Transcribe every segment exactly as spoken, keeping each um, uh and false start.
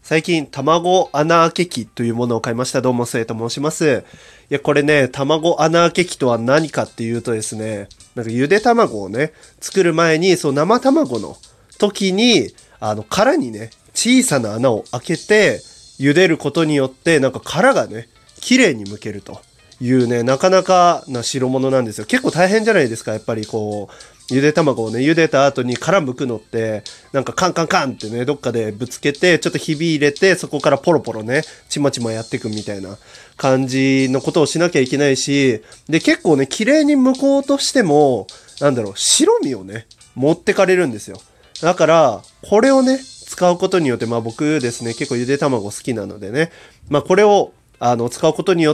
最近、卵穴あけ器というものを買いました。どうも、末と申します。いや、これね、卵穴あけ器とは何かっていうとですね、なんかゆで卵をね、作る前に、そう、生卵の時に、あの、殻にね、小さな穴を開けて、茹でることによって、なんか殻がね、綺麗に剥けるというね、なかなかな代物なんですよ。結構大変じゃないですか、やっぱりこう、ゆで卵をね、茹でた後に殻剥くのって、なんかカンカンカンってね、どっかでぶつけて、ちょっとひび入れて、そこからポロポロね、ちまちまやっていくみたいな感じのことをしなきゃいけないし、で、結構ね、綺麗に剥こうとしても、なんだろう、白身をね、持ってかれるんですよ。だから、これをね、使うことによって、まあ僕ですね、結構ゆで卵好きなのでね、まあこれを、あの、使うことによって、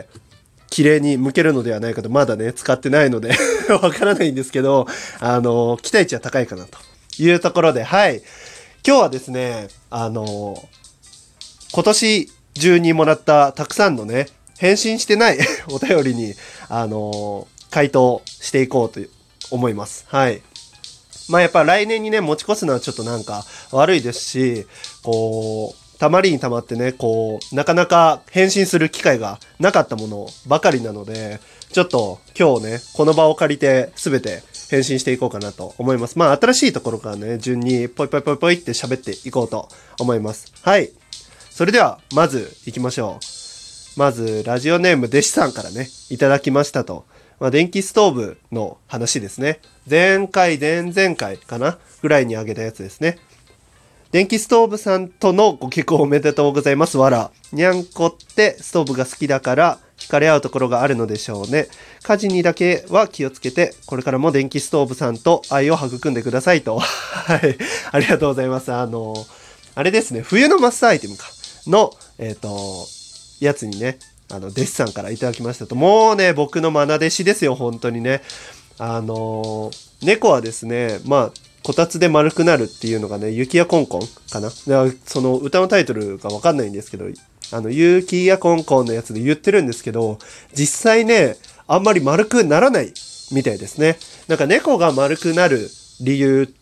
綺麗に剥けるのではないかと、まだね、使ってないのでわからないんですけど、あの、期待値は高いかなというところで、はい。今日はですね、あの、今年中にもらったたくさんのね、返信してないお便りに、あの、回答していこうと思います。はい。まあやっぱ来年にね、持ち越すのはちょっとなんか悪いですし、こう、たまりにたまってね、こう、なかなか返信する機会がなかったものばかりなので、ちょっと今日ね、この場を借りて全て返信していこうかなと思います。まあ新しいところからね、順にポイポイポイポイって喋っていこうと思います。はい。それでは、まず行きましょう。まず、ラジオネーム弟子さんからね、いただきましたと。まあ、電気ストーブの話ですね。前回、前々回かなぐらいにあげたやつですね。電気ストーブさんとのご結婚おめでとうございます。わら。にゃんこってストーブが好きだから惹かれ合うところがあるのでしょうね。家事にだけは気をつけて、これからも電気ストーブさんと愛を育んでくださいと。はい。ありがとうございます。あの、あれですね。冬のマスターアイテムか。の、えっと、やつにね、あの、弟子さんからいただきましたと。もうね、僕の愛弟子ですよ。本当にね。あの、猫はですね、まあ、こたつで丸くなるっていうのがね、雪やコンコンかな。その歌のタイトルがわかんないんですけど、あの、雪やコンコンのやつで言ってるんですけど、実際ね、あんまり丸くならないみたいですね。なんか猫が丸くなる理由って、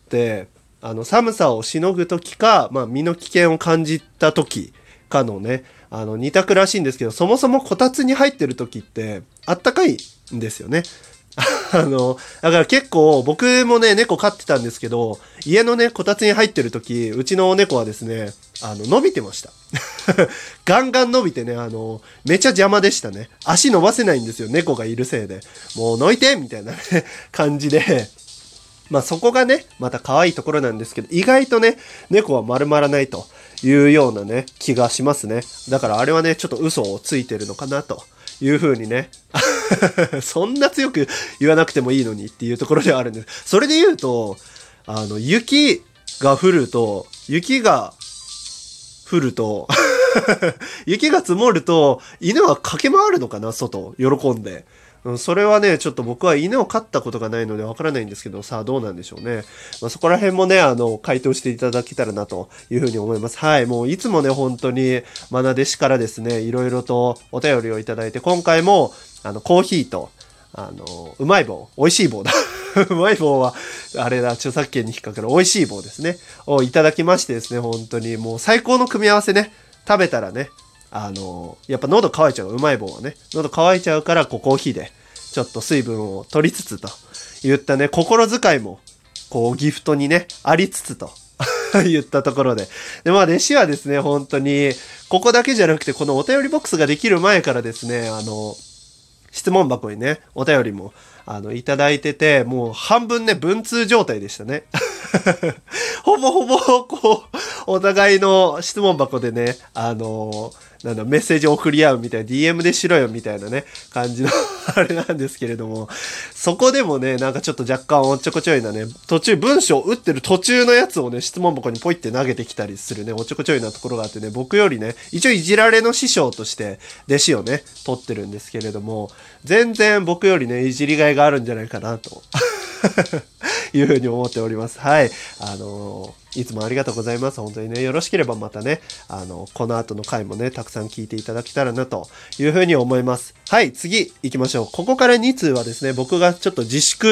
あの、寒さをしのぐときか、まあ、身の危険を感じたときかのね、あの、二択らしいんですけど、そもそもこたつに入ってるときって、あったかいんですよね。あの、だから結構僕もね、猫飼ってたんですけど、家のね、こたつに入ってる時、うちの猫はですね、あの、伸びてました。ガンガン伸びてね、あの、めちゃ邪魔でしたね。足伸ばせないんですよ、猫がいるせいで。もう、のいてみたいな、ね、感じで。まあそこがね、また可愛いところなんですけど、意外とね、猫は丸まらないというようなね、気がしますね。だからあれはね、ちょっと嘘をついてるのかなという風にね。そんな強く言わなくてもいいのにっていうところではあるんです。それで言うと、あの、雪が降ると、雪が降ると、雪が積もると、犬は駆け回るのかな外、喜んで。それはね、ちょっと僕は犬を飼ったことがないのでわからないんですけど、さあどうなんでしょうね。まあ、そこら辺もね、あの、回答していただけたらなというふうに思います。はい。もういつもね、本当に、愛弟子からですね、いろいろとお便りをいただいて、今回も、あの、コーヒーと、あの、うまい棒、美味しい棒だ。うまい棒は、あれだ、著作権に引っかかる美味しい棒ですね。をいただきましてですね、本当にもう最高の組み合わせね、食べたらね、あの、やっぱ喉乾いちゃう、うまい棒はね。喉乾いちゃうから、こうコーヒーで、ちょっと水分を取りつつと言ったね、心遣いも、こうギフトにね、ありつつと言ったところで。で、まあ弟子はですね、本当に、ここだけじゃなくて、このお便りボックスができる前からですね、あの、質問箱にね、お便りも、あの、いただいてて、もう半分ね、文通状態でしたね。ほぼほぼ、こう、お互いの質問箱でね、あのー、なんだ、メッセージを送り合うみたいな、ディーエム でしろよみたいなね、感じのあれなんですけれども、そこでもね、なんかちょっと若干おっちょこちょいなね、途中文章を打ってる途中のやつをね、質問箱にポイって投げてきたりするね、おっちょこちょいなところがあってね、僕よりね、一応いじられの師匠として弟子をね、取ってるんですけれども、全然僕よりね、いじりがいがあるんじゃないかなと。いうふうに思っております。はい。あのー、いつもありがとうございます。本当にね、よろしければまたね、あの、この後の回もね、たくさん聞いていただけたらなというふうに思います。はい、次行きましょう。ここからに通はですね、僕がちょっと自粛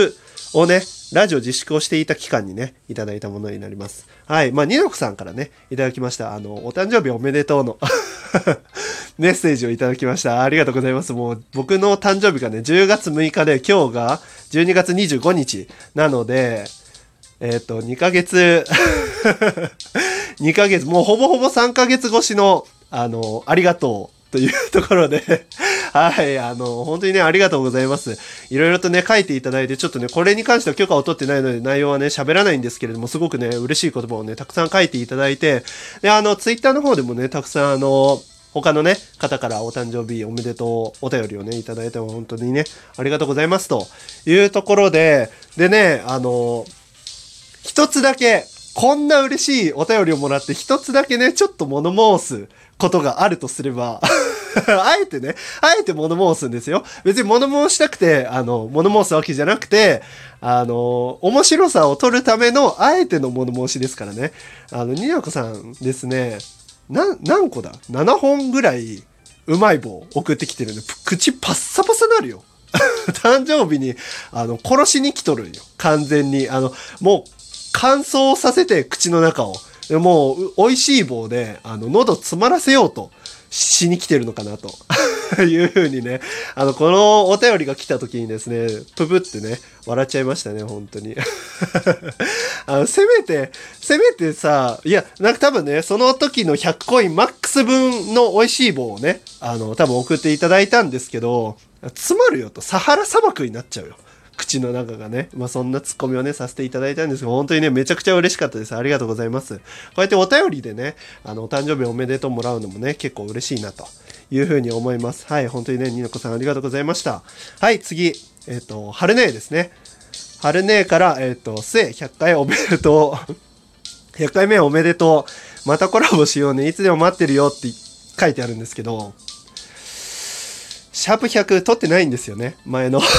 をね、ラジオ自粛をしていた期間にね、いただいたものになります。はい。まあ、ニノクさんからね、いただきました。あの、お誕生日おめでとうのメッセージをいただきました。ありがとうございます。もう、僕の誕生日がね、じゅうがつむいかで、今日がじゅうにがつにじゅうごにちなので、えっと、にかげつ、にかげつ、もうほぼほぼさんかげつ越しの、あの、ありがとうというところで、はい、あの、本当にね、ありがとうございます。いろいろとね、書いていただいて、ちょっとね、これに関しては許可を取ってないので、内容はね、喋らないんですけれども、すごくね、嬉しい言葉をね、たくさん書いていただいて、で、あの、ツイッターの方でもね、たくさん、あの、他のね、方からお誕生日おめでとうお便りをね、いただいても本当にね、ありがとうございますというところで、でね、あの、一つだけ、こんな嬉しいお便りをもらって、一つだけね、ちょっと物申すことがあるとすれば、あえてね、あえて物申すんですよ。別に物申したくて、あの、物申すわけじゃなくて、あの、面白さを取るための、あえての物申しですからね。あの、になこさんですね、な、何個だ ?なな 本ぐらい、うまい棒送ってきてるんで、口パッサパサなるよ。誕生日に、あの、殺しに来とるんよ。完全に。あの、もう、乾燥させて、口の中を。もう、美味しい棒で、あの、喉詰まらせようとしに来てるのかな、というふうにね。あの、このお便りが来た時にですね、ぷぷってね、笑っちゃいましたね、本当に。あの、せめて、せめてさ、いや、なんか多分ね、その時のひゃくコインマックス分の美味しい棒をね、あの、多分送っていただいたんですけど、詰まるよと、サハラ砂漠になっちゃうよ。口の中がね。まあ、そんなツッコミをね、させていただいたんですが、本当にね、めちゃくちゃ嬉しかったです。ありがとうございます。こうやってお便りでね、あの、お誕生日おめでとうもらうのもね、結構嬉しいな、というふうに思います。はい、本当にね、にのこさんありがとうございました。はい、次、えっと、春姉ですね。春姉から、えっと、末ひゃっかいおめでとう。ひゃっかいめおめでとう。またコラボしようね。いつでも待ってるよって書いてあるんですけど、シャープひゃく撮ってないんですよね。前の。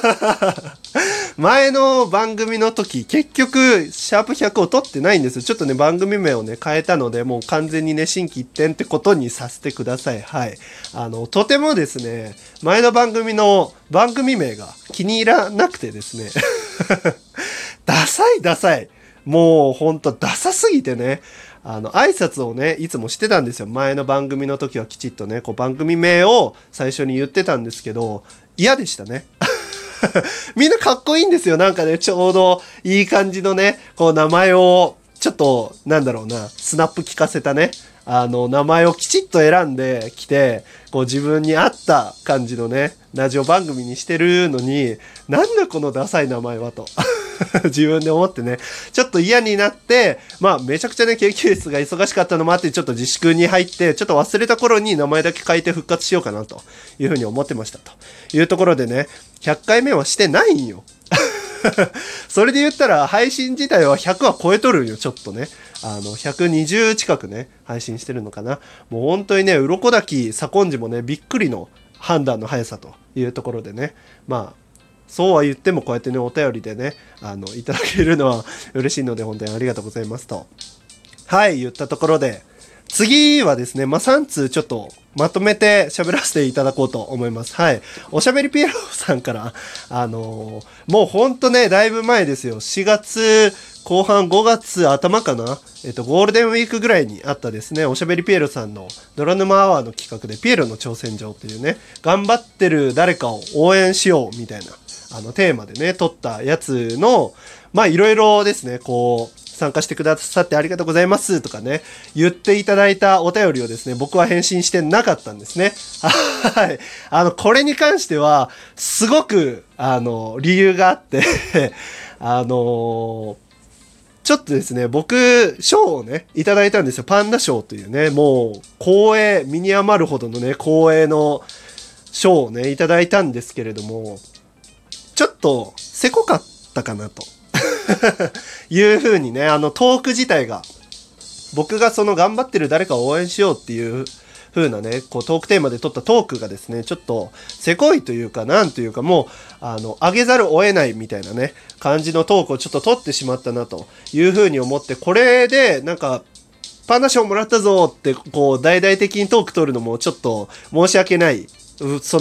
前の番組の時、結局、シャープひゃくを撮ってないんですよ。ちょっとね、番組名をね、変えたので、もう完全にね、心機一転ってことにさせてください。はい。あの、とてもですね、前の番組の番組名が気に入らなくてですね。ダサいダサい。もうほんとダサすぎてね。あの、挨拶をね、いつもしてたんですよ。前の番組の時はきちっとね、こう番組名を最初に言ってたんですけど、嫌でしたね。みんなかっこいいんですよ。なんかね、ちょうどいい感じのね、こう名前を、ちょっと、なんだろうな、スナップ聞かせたね、あの、名前をきちっと選んできて、こう自分に合った感じのね、ラジオ番組にしてるのに、なんだこのダサい名前はと。自分で思ってね、ちょっと嫌になって、まあめちゃくちゃね、研究室が忙しかったのもあって、ちょっと自粛に入って、ちょっと忘れた頃に名前だけ変えて復活しようかなというふうに思ってましたというところでね、ひゃっかいめはしてないんよ。それで言ったら配信自体はひゃくは超えとるんよ、ちょっとね。あの、ひゃくにじゅう近くね、配信してるのかな。もう本当にね、鱗滝左近寺もね、びっくりの判断の速さというところでね、まあ、そうは言ってもこうやってね、お便りでね、あの、いただけるのは嬉しいので本当にありがとうございますと。はい、言ったところで、次はですね、まあ、さん通ちょっとまとめて喋らせていただこうと思います。はい。おしゃべりピエロさんから、あのー、もうほんとね、だいぶ前ですよ。しがつこう半ごがつ頭かな、えっと、ゴールデンウィークぐらいにあったですね、おしゃべりピエロさんの泥沼アワーの企画でピエロの挑戦状っていうね、頑張ってる誰かを応援しようみたいな、あのテーマでね、撮ったやつの、まあいろいろですね、こう、参加してくださってありがとうございますとかね、言っていただいたお便りをですね、僕は返信してなかったんですね。はい。あの、これに関しては、すごく、あの、理由があって、あの、ちょっとですね、僕、賞をね、いただいたんですよ。パンダ賞というね、もう、光栄、身に余るほどのね、光栄の賞をね、いただいたんですけれども、ちょっと、せこかったかなと。いう風にね、あのトーク自体が、僕がその頑張ってる誰かを応援しようっていう風なね、こうトークテーマで撮ったトークがですね、ちょっとせこいというか、なんというか、もう、あの、上げざるを得ないみたいなね、感じのトークをちょっと撮ってしまったなという風に思って、これで、なんか、パンダ賞もらったぞって、こう、大々的にトーク撮るのもちょっと申し訳ない。そのも、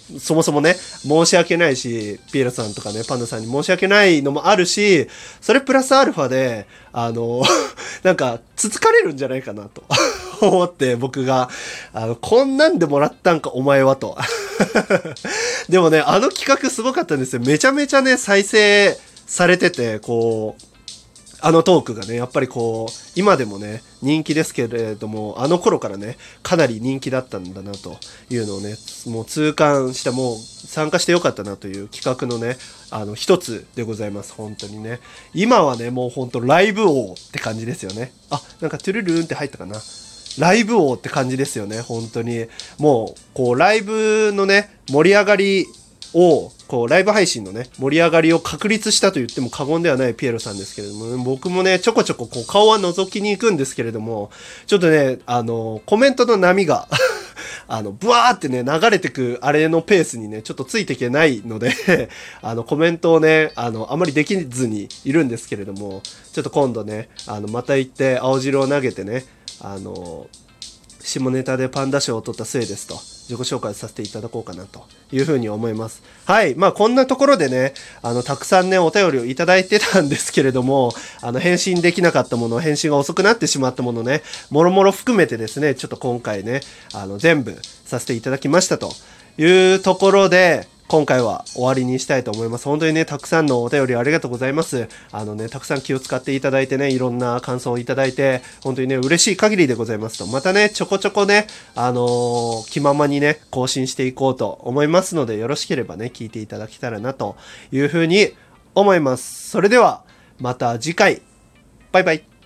そもそもね、申し訳ないし、ピエロさんとかね、パンダさんに申し訳ないのもあるし、それプラスアルファで、あの、なんか、つつかれるんじゃないかなと思って、僕が、あの、こんなんでもらったんか、お前はと。でもね、あの企画すごかったんですよ。めちゃめちゃね、再生されてて、こう、あのトークがね、やっぱりこう、今でもね、人気ですけれども、あの頃からね、かなり人気だったんだなというのをね、もう痛感した、もう参加してよかったなという企画のね、あの、一つでございます。本当にね。今はね、もう本当ライブ王って感じですよね。あ、なんかトゥルルーンって入ったかな。ライブ王って感じですよね、本当に。もう、こう、ライブのね、盛り上がりを、こう、ライブ配信のね、盛り上がりを確立したと言っても過言ではないピエロさんですけれども、僕もね、ちょこちょここう、顔は覗きに行くんですけれども、ちょっとね、あの、コメントの波が、あの、ブワーってね、流れてく、あれのペースにね、ちょっとついていけないので、あの、コメントをね、あの、あまりできずにいるんですけれども、ちょっと今度ね、あの、また行って、青汁を投げてね、あの、下ネタでパンダ賞を取ったせいですと自己紹介させていただこうかなというふうに思います。はい。まあこんなところでね、あの、たくさんね、お便りをいただいてたんですけれども、あの、返信できなかったもの、返信が遅くなってしまったものね、もろもろ含めてですね、ちょっと今回ね、あの、全部させていただきましたというところで、今回は終わりにしたいと思います。本当にね、たくさんのお便りありがとうございます。あのね、たくさん気を使っていただいてね、いろんな感想をいただいて、本当にね、嬉しい限りでございますと。またね、ちょこちょこね、あのー、気ままにね、更新していこうと思いますので、よろしければね、聞いていただけたらなというふうに思います。それでは、また次回。バイバイ。